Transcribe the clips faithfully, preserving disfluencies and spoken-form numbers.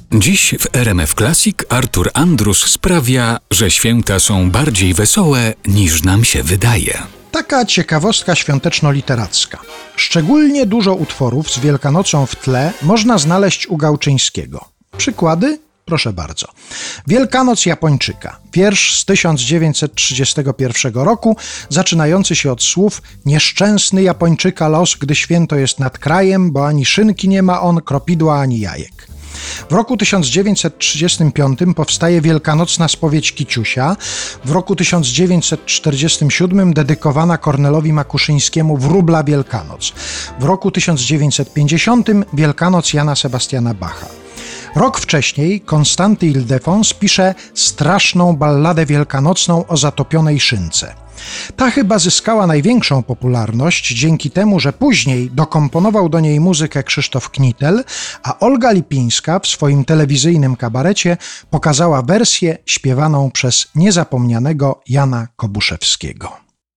Dziś w R M F Classic Artur Andrus sprawia, że święta są bardziej wesołe niż nam się wydaje. Taka ciekawostka świąteczno-literacka. Szczególnie dużo utworów z Wielkanocą w tle można znaleźć u Gałczyńskiego. Przykłady? Proszę bardzo. Wielkanoc Japończyka. Wiersz z tysiąc dziewięćset trzydziestego pierwszego roku, zaczynający się od słów: nieszczęsny Japończyka los, gdy święto jest nad krajem, bo ani szynki nie ma on, kropidła ani jajek. W roku tysiąc dziewięćset trzydziestym piątym powstaje Wielkanocna spowiedź Kiciusia, w roku tysiąc dziewięćset czterdziestym siódmym dedykowana Kornelowi Makuszyńskiemu Wróbla Wielkanoc, w roku tysiąc dziewięćset pięćdziesiątym Wielkanoc Jana Sebastiana Bacha. Rok wcześniej Konstanty Ildefons pisze straszną balladę wielkanocną o zatopionej szynce. Ta chyba zyskała największą popularność dzięki temu, że później dokomponował do niej muzykę Krzysztof Knitel, a Olga Lipińska w swoim telewizyjnym kabarecie pokazała wersję śpiewaną przez niezapomnianego Jana Kobuszewskiego.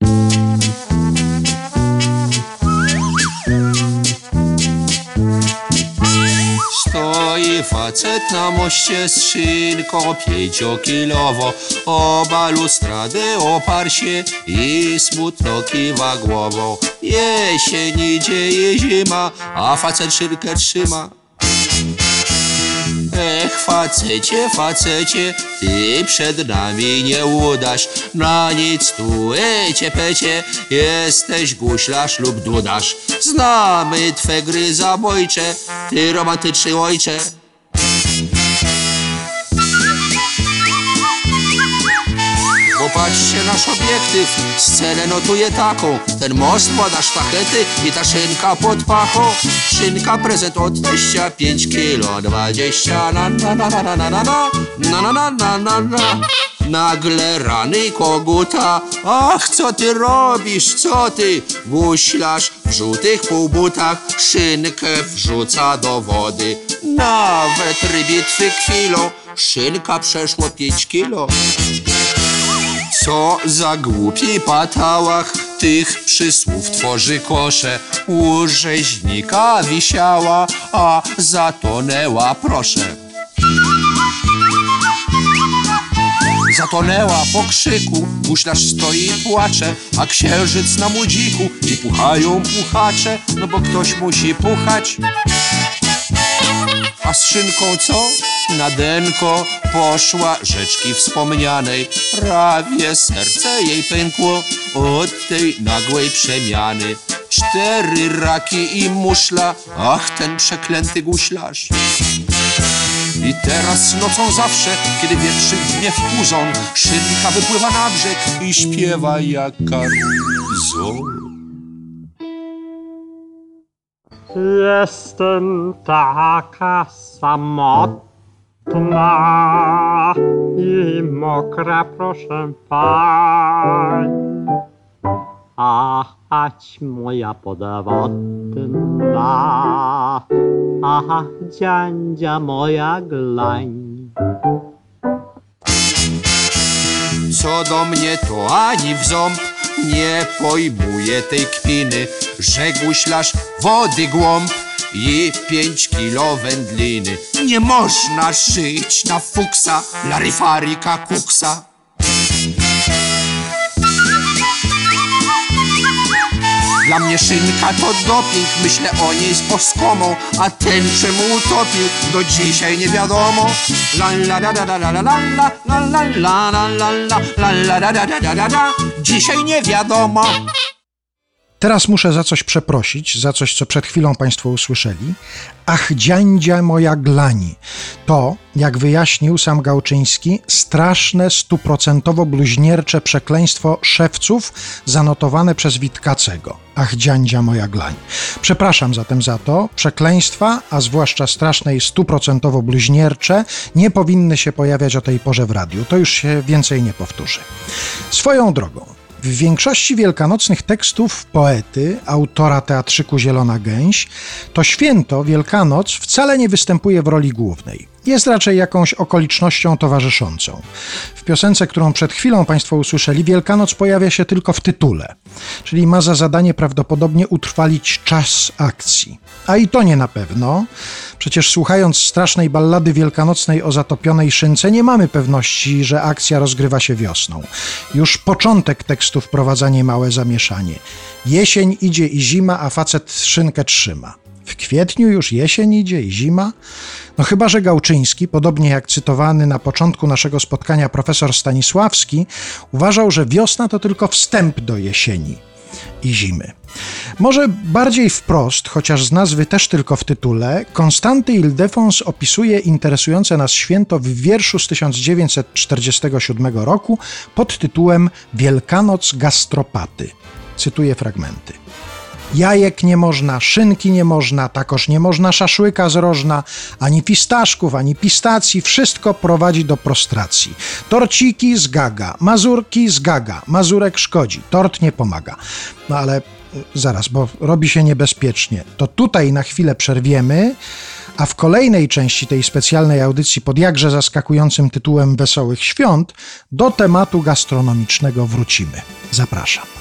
Stoi facet na moście z szynką pięciokilowo, o balustradę oparł się i smutno kiwa głową. Jesień idzie, je zima, a facet szynkę trzyma. Ech, facecie, facecie, ty przed nami nie udasz, na nic tu ecie pecie, jesteś guślarz lub dudarz. Znamy twe gry zabójcze, ty romantyczny ojcze. Popatrzcie nasz obiektyw, scenę notuje taką. Ten most ma na sztachety i ta szynka pod pachą. Szynka prezent od teścia, pięć kilo dwadzieścia. Na na na na na na na na na na na na. Nagle rany koguta, ach, co ty robisz, co ty? Guślarz w żółtych półbutach szynkę wrzuca do wody. Nawet rybitwy kwilą, szynka przeszło pięć kilo. Co za głupi patałach tych przysłów tworzy kosze. U rzeźnika wisiała, a zatonęła, proszę. Zatonęła po krzyku, guślarz stoi i płacze, a księżyc na młodziku i puchają puchacze, no bo ktoś musi puchać. A z szynką co? Na denko poszła rzeczki wspomnianej. Prawie serce jej pękło od tej nagłej przemiany. Cztery raki i muszla, ach, ten przeklęty guślarz. I teraz nocą zawsze, kiedy wietrzy gniew puzon, szynka wypływa na brzeg i śpiewa jak karuzon. Jestem taka samotna i mokra, proszę pań, a chać moja podwodna, a dziandzia moja glań. Co do mnie to ani w ząb nie pojmuję tej kpiny, że guślarz wody głąb i pięć kilo wędliny. Nie można żyć na fuksa, laryfarika kuksa. Dla mnie szynka to doping, myślę o niej z poskomą, a ten czemu utopił, do dzisiaj nie wiadomo. La la la la la la la la la la la la la la la la la la la. Dzisiaj nie wiadomo. Teraz muszę za coś przeprosić, za coś, co przed chwilą Państwo usłyszeli. Ach, dziandzia moja glani. To, jak wyjaśnił sam Gałczyński, straszne, stuprocentowo bluźniercze przekleństwo szewców zanotowane przez Witkacego. Ach, dziandzia moja glani. Przepraszam zatem za to. Przekleństwa, a zwłaszcza straszne i stuprocentowo bluźniercze, nie powinny się pojawiać o tej porze w radiu. To już się więcej nie powtórzy. Swoją drogą, w większości wielkanocnych tekstów poety, autora teatrzyku Zielona Gęś, to święto, Wielkanoc, wcale nie występuje w roli głównej. jest raczej jakąś okolicznością towarzyszącą. W piosence, którą przed chwilą Państwo usłyszeli, Wielkanoc pojawia się tylko w tytule, czyli ma za zadanie prawdopodobnie utrwalić czas akcji. A i to nie na pewno. Przecież słuchając strasznej ballady wielkanocnej o zatopionej szynce nie mamy pewności, że akcja rozgrywa się wiosną. Już początek tekstu wprowadza niemałe zamieszanie. Jesień idzie i zima, a facet szynkę trzyma. W kwietniu już jesień idzie i zima? No chyba że Gałczyński, podobnie jak cytowany na początku naszego spotkania profesor Stanisławski, uważał, że wiosna to tylko wstęp do jesieni i zimy. Może bardziej wprost, chociaż z nazwy też tylko w tytule, Konstanty Ildefons opisuje interesujące nas święto w wierszu z tysiąc dziewięćset czterdziestego siódmego roku pod tytułem Wielkanoc gastropaty. Cytuję fragmenty. Jajek nie można, szynki nie można, takoż nie można szaszłyka z rożna, ani fistaszków, ani pistacji, wszystko prowadzi do prostracji. Torciki z gaga, mazurki z gaga, mazurek szkodzi, tort nie pomaga. No ale zaraz, bo robi się niebezpiecznie. To tutaj na chwilę przerwiemy, a w kolejnej części tej specjalnej audycji pod jakże zaskakującym tytułem Wesołych Świąt do tematu gastronomicznego wrócimy. Zapraszam.